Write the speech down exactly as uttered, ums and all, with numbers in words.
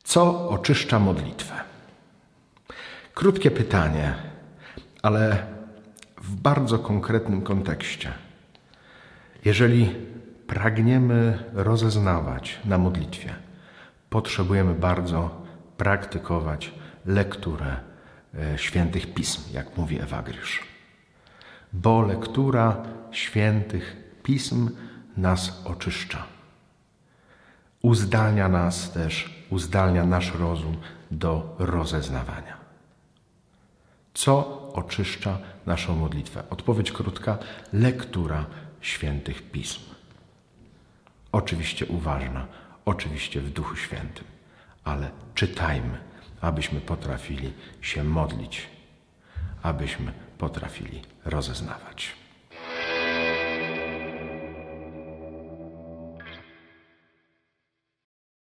Co oczyszcza modlitwę? Krótkie pytanie, ale w bardzo konkretnym kontekście. Jeżeli pragniemy rozeznawać na modlitwie, potrzebujemy bardzo praktykować lekturę świętych pism, jak mówi Ewagriusz. Bo lektura świętych pism nas oczyszcza. Uzdalnia nas też, uzdalnia nasz rozum do rozeznawania. Co oczyszcza naszą modlitwę? Odpowiedź krótka: lektura świętych pism. Oczywiście uważna, oczywiście w Duchu Świętym, ale czytajmy, abyśmy potrafili się modlić, abyśmy potrafili rozeznawać.